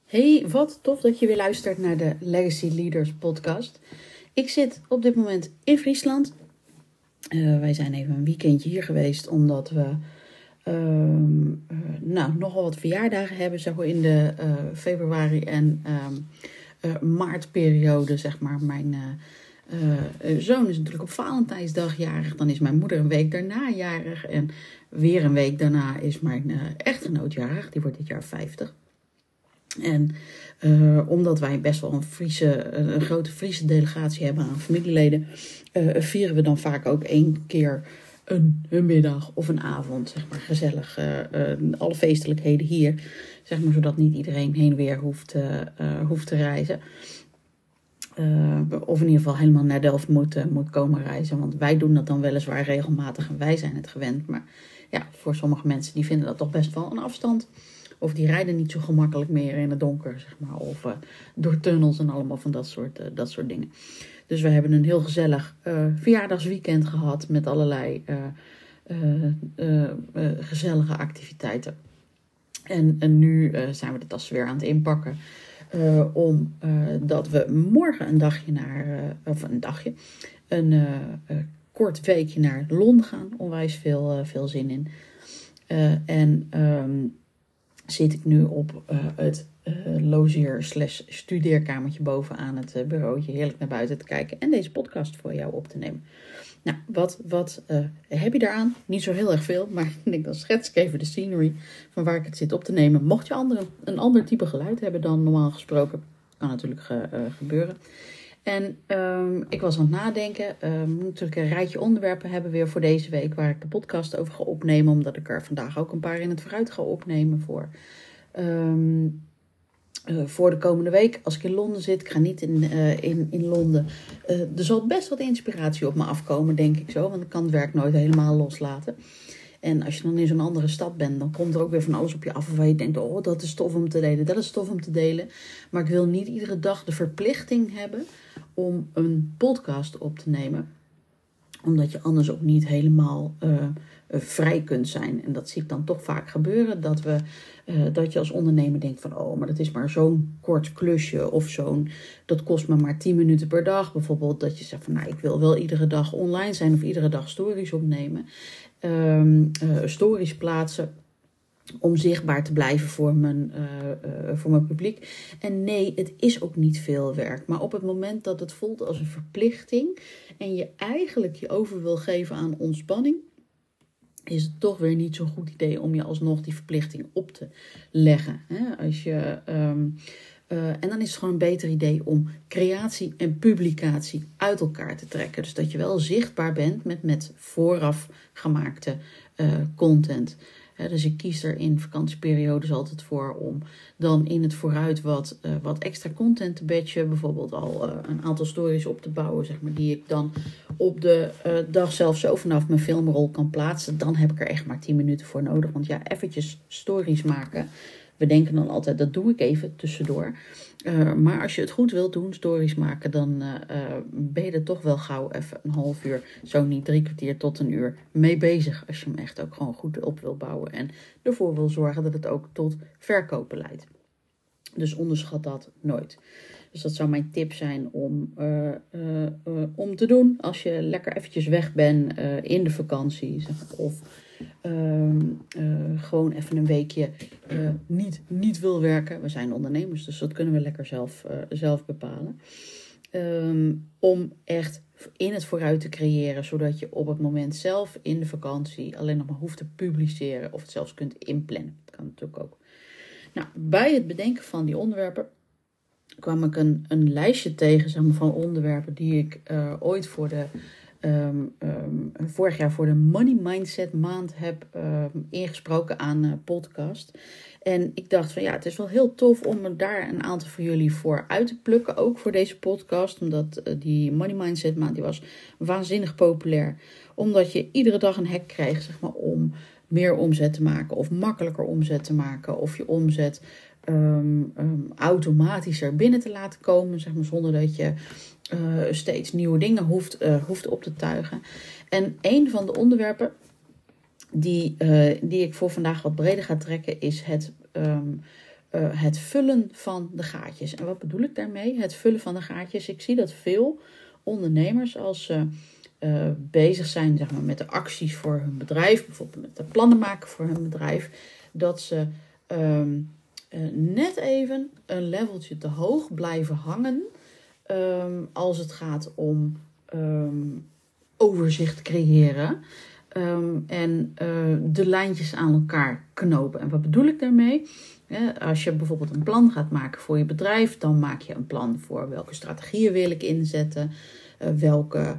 Hey, wat tof dat je weer luistert naar de Legacy Leaders podcast. Ik zit op dit moment in Friesland. Wij zijn even een weekendje hier geweest omdat we nogal wat verjaardagen hebben. Zeg maar in de februari en maartperiode, zeg maar. Mijn zoon is natuurlijk op Valentijnsdag jarig. Dan is mijn moeder een week daarna jarig. En weer een week daarna is mijn echtgenoot jarig. Die wordt dit jaar 50. En omdat wij best wel een grote Friese delegatie hebben aan familieleden, vieren we dan vaak ook 1 keer een middag of een avond, zeg maar, gezellig. Alle feestelijkheden hier, zeg maar, zodat niet iedereen heen en weer hoeft te reizen. Of in ieder geval helemaal naar Delft moet komen reizen. Want wij doen dat dan weliswaar regelmatig en wij zijn het gewend. Maar ja, voor sommige mensen die vinden dat toch best wel een afstand. Of die rijden niet zo gemakkelijk meer in het donker, zeg maar. Of door tunnels en allemaal van dat soort dingen. Dus we hebben een heel gezellig verjaardagsweekend gehad met allerlei gezellige activiteiten. En nu zijn we de tas weer aan het inpakken. Omdat we morgen een kort weekje naar Londen gaan. Onwijs veel zin in. Zit ik nu op het logeer/studeerkamertje boven aan het bureautje heerlijk naar buiten te kijken en deze podcast voor jou op te nemen. Nou, wat heb je daaraan? Niet zo heel erg veel, maar ik denk dan schets ik even de scenery van waar ik het zit op te nemen. Mocht je een ander type geluid hebben dan normaal gesproken, kan natuurlijk gebeuren. En ik was aan het nadenken. Moet natuurlijk een rijtje onderwerpen hebben weer voor deze week waar ik de podcast over ga opnemen. Omdat ik er vandaag ook een paar in het vooruit ga opnemen voor de komende week. Als ik in Londen zit, ik ga niet in Londen. Er zal best wat inspiratie op me afkomen, denk ik zo. Want ik kan het werk nooit helemaal loslaten. En als je dan in zo'n andere stad bent, dan komt er ook weer van alles op je af waar je denkt, oh, dat is tof om te delen, dat is tof om te delen. Maar ik wil niet iedere dag de verplichting hebben om een podcast op te nemen. Omdat je anders ook niet helemaal vrij kunt zijn. En dat zie ik dan toch vaak gebeuren, dat je als ondernemer denkt van, oh, maar dat is maar zo'n kort klusje of dat kost me maar 10 minuten per dag. Bijvoorbeeld dat je zegt van, nou, ik wil wel iedere dag online zijn of iedere dag stories opnemen. Stories plaatsen om zichtbaar te blijven voor mijn publiek. En nee, het is ook niet veel werk. Maar op het moment dat het voelt als een verplichting en je eigenlijk je over wil geven aan ontspanning, is het toch weer niet zo'n goed idee om je alsnog die verplichting op te leggen. En dan is het gewoon een beter idee om creatie en publicatie uit elkaar te trekken. Dus dat je wel zichtbaar bent met vooraf gemaakte content. Dus ik kies er in vakantieperiodes altijd voor om dan in het vooruit wat extra content te batchen. Bijvoorbeeld al een aantal stories op te bouwen, zeg maar, die ik dan op de dag zelf zo vanaf mijn filmrol kan plaatsen. Dan heb ik er echt maar 10 minuten voor nodig. Want ja, eventjes stories maken. We denken dan altijd, dat doe ik even tussendoor. Maar als je het goed wilt doen, stories maken, dan ben je er toch wel gauw even een half uur, zo niet 3 kwartier tot een uur mee bezig. Als je hem echt ook gewoon goed op wil bouwen en ervoor wil zorgen dat het ook tot verkopen leidt. Dus onderschat dat nooit. Dus dat zou mijn tip zijn om te doen als je lekker eventjes weg bent in de vakantie. Of gewoon even een weekje niet wil werken. We zijn ondernemers, dus dat kunnen we lekker zelf bepalen. Om echt in het vooruit te creëren, zodat je op het moment zelf in de vakantie alleen nog maar hoeft te publiceren of het zelfs kunt inplannen. Dat kan natuurlijk ook. Nou, bij het bedenken van die onderwerpen kwam ik een lijstje tegen, zeg maar, van onderwerpen die ik ooit vorig jaar voor de Money Mindset maand heb ingesproken aan podcast. En ik dacht van ja, het is wel heel tof om er daar een aantal voor jullie voor uit te plukken. Ook voor deze podcast, omdat die Money Mindset maand die was waanzinnig populair. Omdat je iedere dag een hack kreeg, zeg maar, om meer omzet te maken of makkelijker omzet te maken. Of je omzet automatischer binnen te laten komen, zeg maar, zonder dat je steeds nieuwe dingen hoeft op te tuigen. En een van de onderwerpen die ik voor vandaag wat breder ga trekken is het het vullen van de gaatjes. En wat bedoel ik daarmee? Het vullen van de gaatjes. Ik zie dat veel ondernemers als ze bezig zijn, zeg maar, met de acties voor hun bedrijf, bijvoorbeeld met de plannen maken voor hun bedrijf, dat ze net even een leveltje te hoog blijven hangen als het gaat om overzicht creëren en de lijntjes aan elkaar knopen. En wat bedoel ik daarmee? Als je bijvoorbeeld een plan gaat maken voor je bedrijf, dan maak je een plan voor welke strategieën wil ik inzetten, welke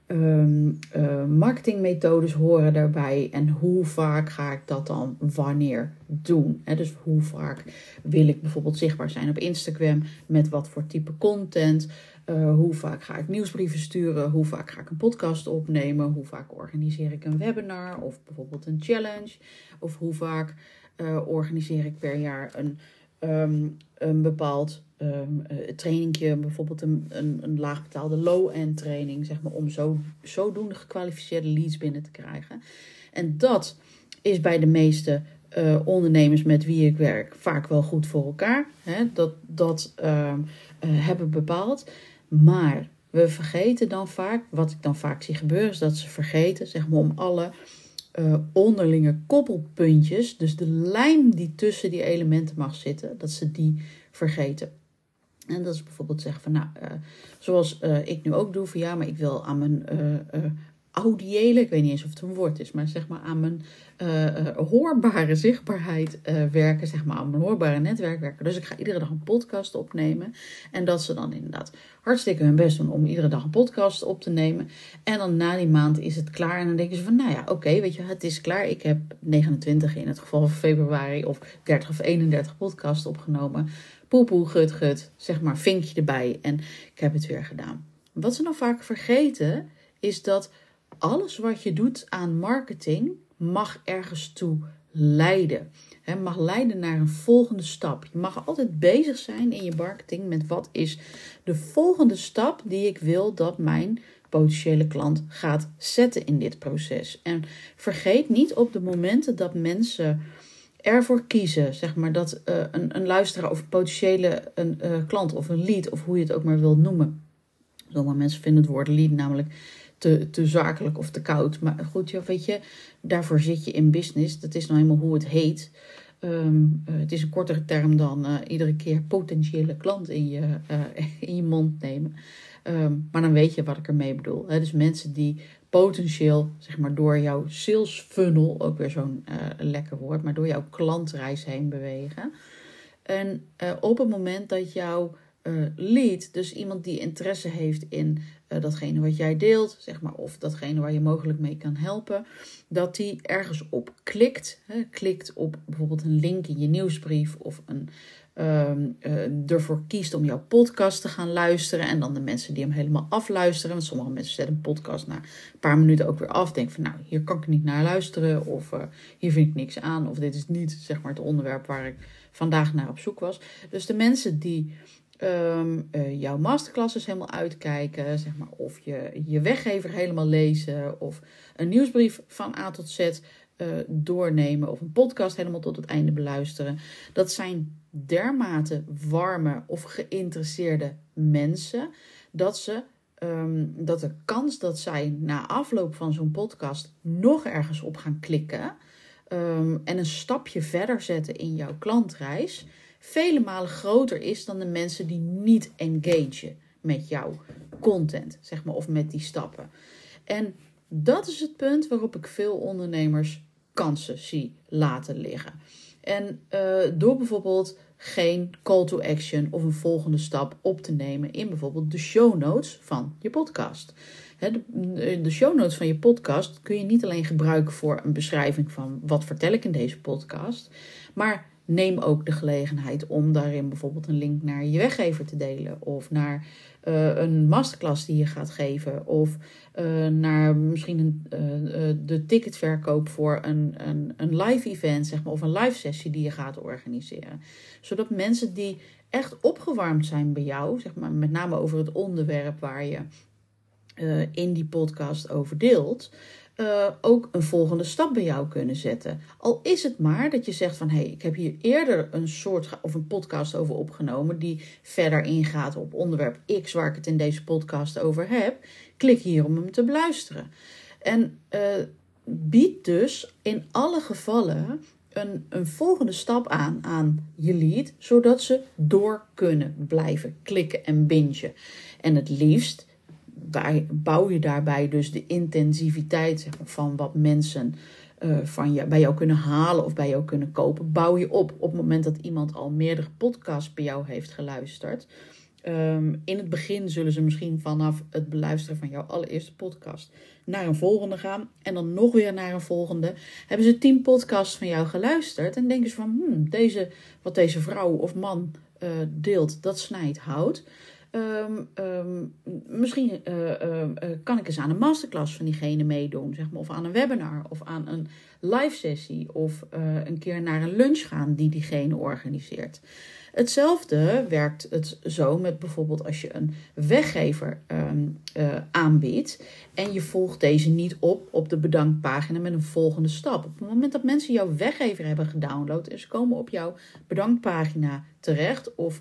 marketingmethodes horen daarbij en hoe vaak ga ik dat dan wanneer doen. Dus hoe vaak wil ik bijvoorbeeld zichtbaar zijn op Instagram, met wat voor type content, hoe vaak ga ik nieuwsbrieven sturen, hoe vaak ga ik een podcast opnemen, hoe vaak organiseer ik een webinar of bijvoorbeeld een challenge, of hoe vaak organiseer ik per jaar een bepaald trainingje, bijvoorbeeld een laagbetaalde low-end training, zeg maar, om zodoende gekwalificeerde leads binnen te krijgen. En dat is bij de meeste ondernemers met wie ik werk vaak wel goed voor elkaar. Dat hebben bepaald. Maar we vergeten dan vaak, wat ik dan vaak zie gebeuren, is dat ze vergeten, zeg maar, om alle onderlinge koppelpuntjes, dus de lijm die tussen die elementen mag zitten, dat ze die vergeten. En dat is bijvoorbeeld zeggen van, zoals ik nu ook doe, van ja, maar ik wil aan mijn audiële, ik weet niet eens of het een woord is, maar zeg maar aan mijn hoorbare zichtbaarheid werken, zeg maar aan mijn hoorbare netwerk werken. Dus ik ga iedere dag een podcast opnemen en dat ze dan inderdaad hartstikke hun best doen om iedere dag een podcast op te nemen. En dan na die maand is het klaar en dan denken ze van, nou ja, oké, weet je, het is klaar. Ik heb 29 in het geval van februari of 30 of 31 podcasts opgenomen. Poepoe, gut, zeg maar, vinkje erbij en ik heb het weer gedaan. Wat ze dan vaak vergeten is dat alles wat je doet aan marketing mag ergens toe leiden. Mag leiden naar een volgende stap. Je mag altijd bezig zijn in je marketing met wat is de volgende stap die ik wil dat mijn potentiële klant gaat zetten in dit proces. En vergeet niet op de momenten dat mensen ervoor kiezen, zeg maar, dat een luisteraar of een potentiële klant of een lead, of hoe je het ook maar wilt noemen. Sommige mensen vinden het woord lead namelijk te zakelijk of te koud. Maar goed, ja, weet je, daarvoor zit je in business. Dat is nou eenmaal hoe het heet. Het is een kortere term dan iedere keer potentiële klant in je mond nemen. Maar dan weet je wat ik ermee bedoel. Dus mensen die potentieel, zeg maar, door jouw sales funnel, ook weer zo'n lekker woord, maar door jouw klantreis heen bewegen. En op het moment dat jouw lead, dus iemand die interesse heeft in datgene wat jij deelt, zeg maar, of datgene waar je mogelijk mee kan helpen, dat die ergens op klikt. Klikt op bijvoorbeeld een link in je nieuwsbrief of ervoor kiest om jouw podcast te gaan luisteren en dan de mensen die hem helemaal afluisteren. Want sommige mensen zetten een podcast na een paar minuten ook weer af. Denken van, nou, hier kan ik niet naar luisteren of hier vind ik niks aan of dit is niet, zeg maar, het onderwerp waar ik vandaag naar op zoek was. Dus de mensen die jouw masterclasses helemaal uitkijken, zeg maar, of je weggever helemaal lezen, of een nieuwsbrief van A tot Z doornemen, of een podcast helemaal tot het einde beluisteren. Dat zijn dermate warme of geïnteresseerde mensen, dat de kans dat zij na afloop van zo'n podcast nog ergens op gaan klikken en een stapje verder zetten in jouw klantreis vele malen groter is dan de mensen die niet engagen met jouw content, zeg maar, of met die stappen. En dat is het punt waarop ik veel ondernemers kansen zie laten liggen. En door bijvoorbeeld geen call to action of een volgende stap op te nemen in bijvoorbeeld de show notes van je podcast. De show notes van je podcast kun je niet alleen gebruiken voor een beschrijving van wat vertel ik in deze podcast, maar neem ook de gelegenheid om daarin bijvoorbeeld een link naar je weggever te delen. Of naar een masterclass die je gaat geven. Of naar misschien de ticketverkoop voor een live event, zeg maar. Of een live sessie die je gaat organiseren. Zodat mensen die echt opgewarmd zijn bij jou, zeg maar, met name over het onderwerp waar je in die podcast over deelt, ook een volgende stap bij jou kunnen zetten. Al is het maar dat je zegt van, ik heb hier eerder een soort of een podcast over opgenomen die verder ingaat op onderwerp X waar ik het in deze podcast over heb. Klik hier om hem te beluisteren. En bied dus in alle gevallen een volgende stap aan je lead, zodat ze door kunnen blijven klikken en bingen. En het liefst bouw je daarbij dus de intensiviteit, zeg maar, van wat mensen bij jou kunnen halen of bij jou kunnen kopen, bouw je op het moment dat iemand al meerdere podcasts bij jou heeft geluisterd. In het begin zullen ze misschien vanaf het beluisteren van jouw allereerste podcast naar een volgende gaan. En dan nog weer naar een volgende. Hebben ze 10 podcasts van jou geluisterd. En denken ze van, wat deze vrouw of man deelt, dat snijdt hout. Misschien kan ik eens aan een masterclass van diegene meedoen. Zeg maar, of aan een webinar. Of aan een live sessie. Of een keer naar een lunch gaan die diegene organiseert. Hetzelfde werkt het zo met bijvoorbeeld als je een weggever aanbiedt en je volgt deze niet op de bedankpagina met een volgende stap. Op het moment dat mensen jouw weggever hebben gedownload en ze komen op jouw bedankpagina terecht of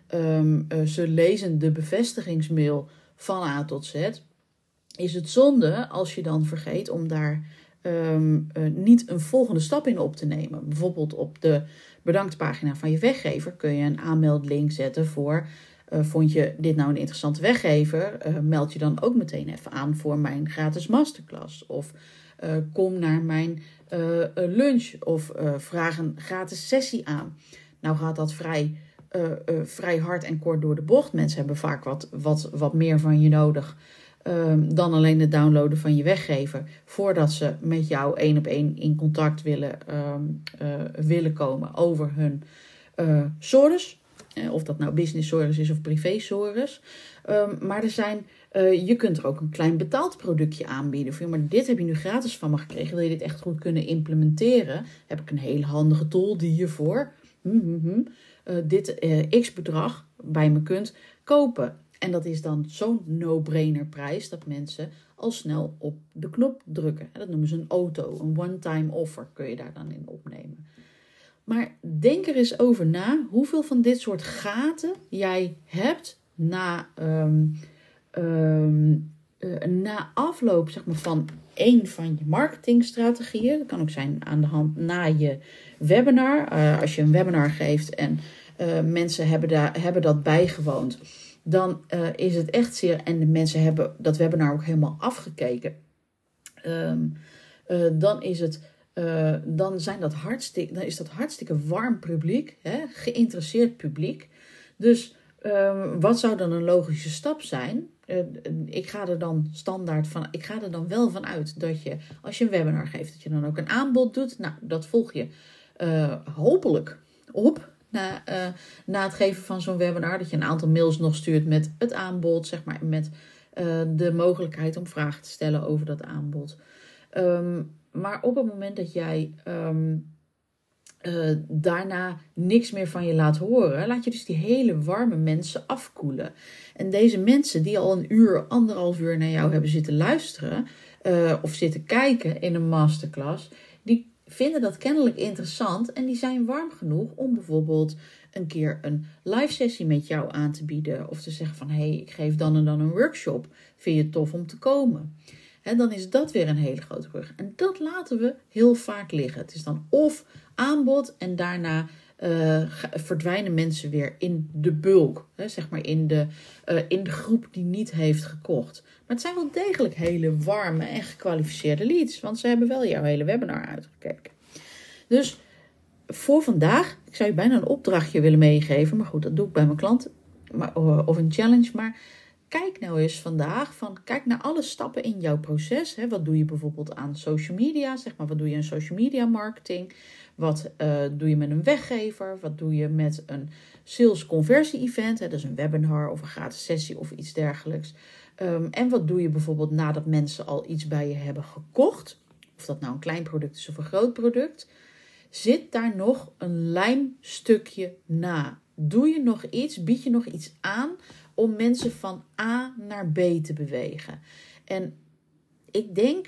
ze lezen de bevestigingsmail van A tot Z, is het zonde als je dan vergeet om daar niet een volgende stap in op te nemen. Bijvoorbeeld op de bedanktpagina van je weggever kun je een aanmeldlink zetten voor vond je dit nou een interessante weggever? Meld je dan ook meteen even aan voor mijn gratis masterclass. Of kom naar mijn lunch of vraag een gratis sessie aan. Nou gaat dat vrij hard en kort door de bocht. Mensen hebben vaak wat meer van je nodig dan alleen het downloaden van je weggever, voordat ze met jou 1-op-1 in contact willen komen over hun SORES. Of dat nou business SORES is of privé SORES. Maar je kunt er ook een klein betaald productje aanbieden. Maar dit heb je nu gratis van me gekregen. Wil je dit echt goed kunnen implementeren? Heb ik een hele handige tool die hiervoor dit x bedrag bij me kunt kopen. En dat is dan zo'n no-brainer prijs dat mensen al snel op de knop drukken. Dat noemen ze een auto, een one-time offer kun je daar dan in opnemen. Maar denk er eens over na hoeveel van dit soort gaten jij hebt na afloop, zeg maar, van één van je marketingstrategieën. Dat kan ook zijn aan de hand na je webinar. Als je een webinar geeft en mensen hebben dat bijgewoond, dan is het echt zeer. En de mensen hebben dat webinar ook helemaal afgekeken. Dan is dat hartstikke warm publiek, geïnteresseerd publiek. Dus wat zou dan een logische stap zijn? Ik ga er dan wel van uit dat je, als je een webinar geeft, dat je dan ook een aanbod doet. Nou, dat volg je hopelijk op na het geven van zo'n webinar. Dat je een aantal mails nog stuurt met het aanbod, zeg maar, met de mogelijkheid om vragen te stellen over dat aanbod. Maar op het moment dat jij daarna niks meer van je laat horen, laat je dus die hele warme mensen afkoelen. En deze mensen die al 1,5 uur naar jou hebben zitten luisteren of zitten kijken in een masterclass, die vinden dat kennelijk interessant en die zijn warm genoeg om bijvoorbeeld een keer een live sessie met jou aan te bieden. Of te zeggen van, ik geef dan en dan een workshop. Vind je het tof om te komen? En dan is dat weer een hele grote brug. En dat laten we heel vaak liggen. Het is dan of aanbod en daarna verdwijnen mensen weer in de bulk. Zeg maar in de groep die niet heeft gekocht. Maar het zijn wel degelijk hele warme en gekwalificeerde leads. Want ze hebben wel jouw hele webinar uitgekeken. Dus voor vandaag, ik zou je bijna een opdrachtje willen meegeven. Maar goed, dat doe ik bij mijn klanten. Of een challenge. Maar kijk nou eens vandaag kijk naar alle stappen in jouw proces. Wat doe je bijvoorbeeld aan social media? Zeg maar, wat doe je aan social media marketing? Wat doe je met een weggever? Wat doe je met een sales conversie event? Dat is een webinar of een gratis sessie of iets dergelijks. En wat doe je bijvoorbeeld nadat mensen al iets bij je hebben gekocht? Of dat nou een klein product is of een groot product. Zit daar nog een lijmstukje na? Doe je nog iets? Bied je nog iets aan om mensen van A naar B te bewegen? En ik denk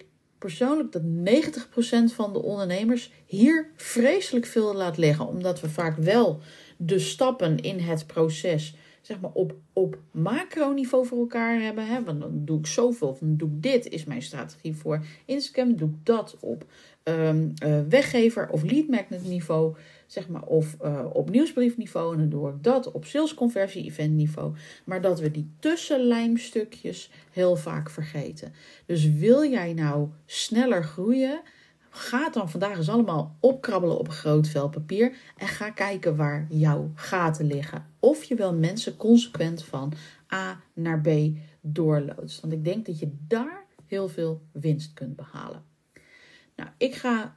persoonlijk dat 90% van de ondernemers hier vreselijk veel laat liggen. Omdat we vaak wel de stappen in het proces zeg maar op macroniveau voor elkaar hebben. Hè? Want dan doe ik zoveel, of dan doe ik dit, is mijn strategie voor Instagram. Doe ik dat op weggever of lead magnet niveau, zeg maar, of op nieuwsbriefniveau. En dan doe ik dat op salesconversie event niveau. Maar dat we die tussenlijmstukjes heel vaak vergeten. Dus wil jij nou sneller groeien, ga dan vandaag eens allemaal opkrabbelen op een groot vel papier en ga kijken waar jouw gaten liggen. Of je wel mensen consequent van A naar B doorloodst. Want ik denk dat je daar heel veel winst kunt behalen. Nou, ik ga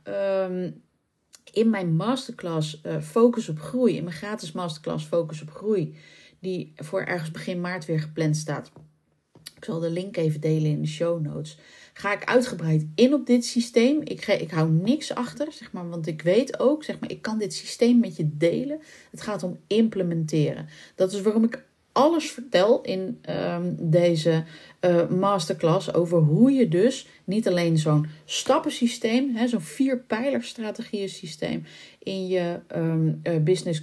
in mijn masterclass Focus op Groei, in mijn gratis masterclass Focus op Groei, die voor ergens begin maart weer gepland staat. Ik zal de link even delen in de show notes. Ga ik uitgebreid in op dit systeem. Ik hou niks achter, zeg maar, want ik weet ook, zeg maar, ik kan dit systeem met je delen. Het gaat om implementeren. Dat is waarom ik alles vertel in deze masterclass over hoe je dus niet alleen zo'n stappensysteem, zo'n 4-pijler-strategieën systeem in je business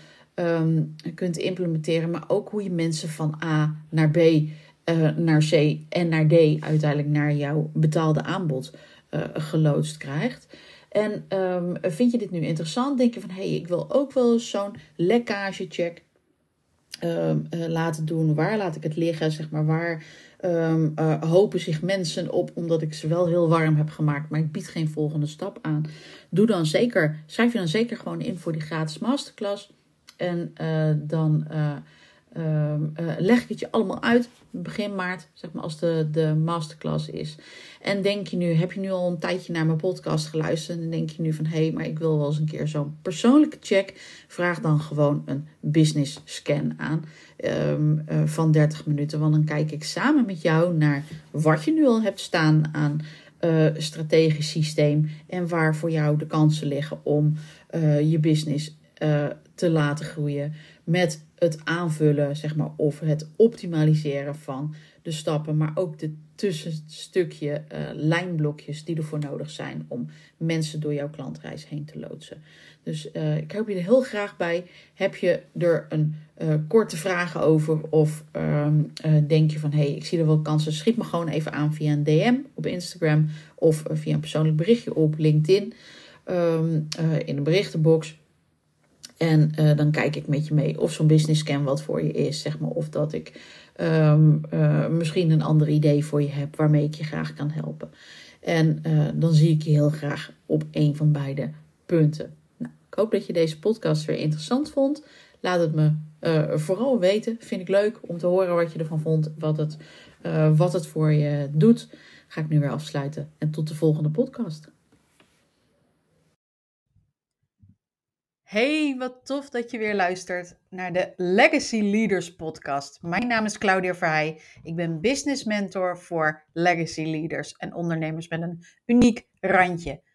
kunt implementeren, maar ook hoe je mensen van A naar B naar C en naar D uiteindelijk naar jouw betaalde aanbod geloodst krijgt. En vind je dit nu interessant? Denk je van, ik wil ook wel eens zo'n lekkagecheck laten doen. Waar laat ik het liggen? Zeg maar, waar hopen zich mensen op, omdat ik ze wel heel warm heb gemaakt, maar ik bied geen volgende stap aan. Schrijf je dan zeker gewoon in voor die gratis masterclass. En dan leg ik het je allemaal uit begin maart, zeg maar, als de masterclass is. En heb je nu al een tijdje naar mijn podcast geluisterd en denk je nu van, maar ik wil wel eens een keer zo'n persoonlijke check. Vraag dan gewoon een business scan aan van 30 minuten. Want dan kijk ik samen met jou naar wat je nu al hebt staan aan strategisch systeem en waar voor jou de kansen liggen om je business te laten groeien met het aanvullen, zeg maar, of het optimaliseren van de stappen, maar ook de tussenstukje lijnblokjes die ervoor nodig zijn om mensen door jouw klantreis heen te loodsen. Dus ik help je er heel graag bij. Heb je er een korte vragen over of denk je van, ik zie er wel kansen, schiet me gewoon even aan via een DM op Instagram of via een persoonlijk berichtje op LinkedIn in de berichtenbox. En dan kijk ik met je mee of zo'n business scan wat voor je is, zeg maar, of dat ik misschien een ander idee voor je heb waarmee ik je graag kan helpen. En dan zie ik je heel graag op een van beide punten. Nou, ik hoop dat je deze podcast weer interessant vond. Laat het me vooral weten. Vind ik leuk om te horen wat je ervan vond, wat het voor je doet. Ga ik nu weer afsluiten en tot de volgende podcast. Hey, wat tof dat je weer luistert naar de Legacy Leaders podcast. Mijn naam is Claudia Verheij. Ik ben business mentor voor Legacy Leaders en ondernemers met een uniek randje.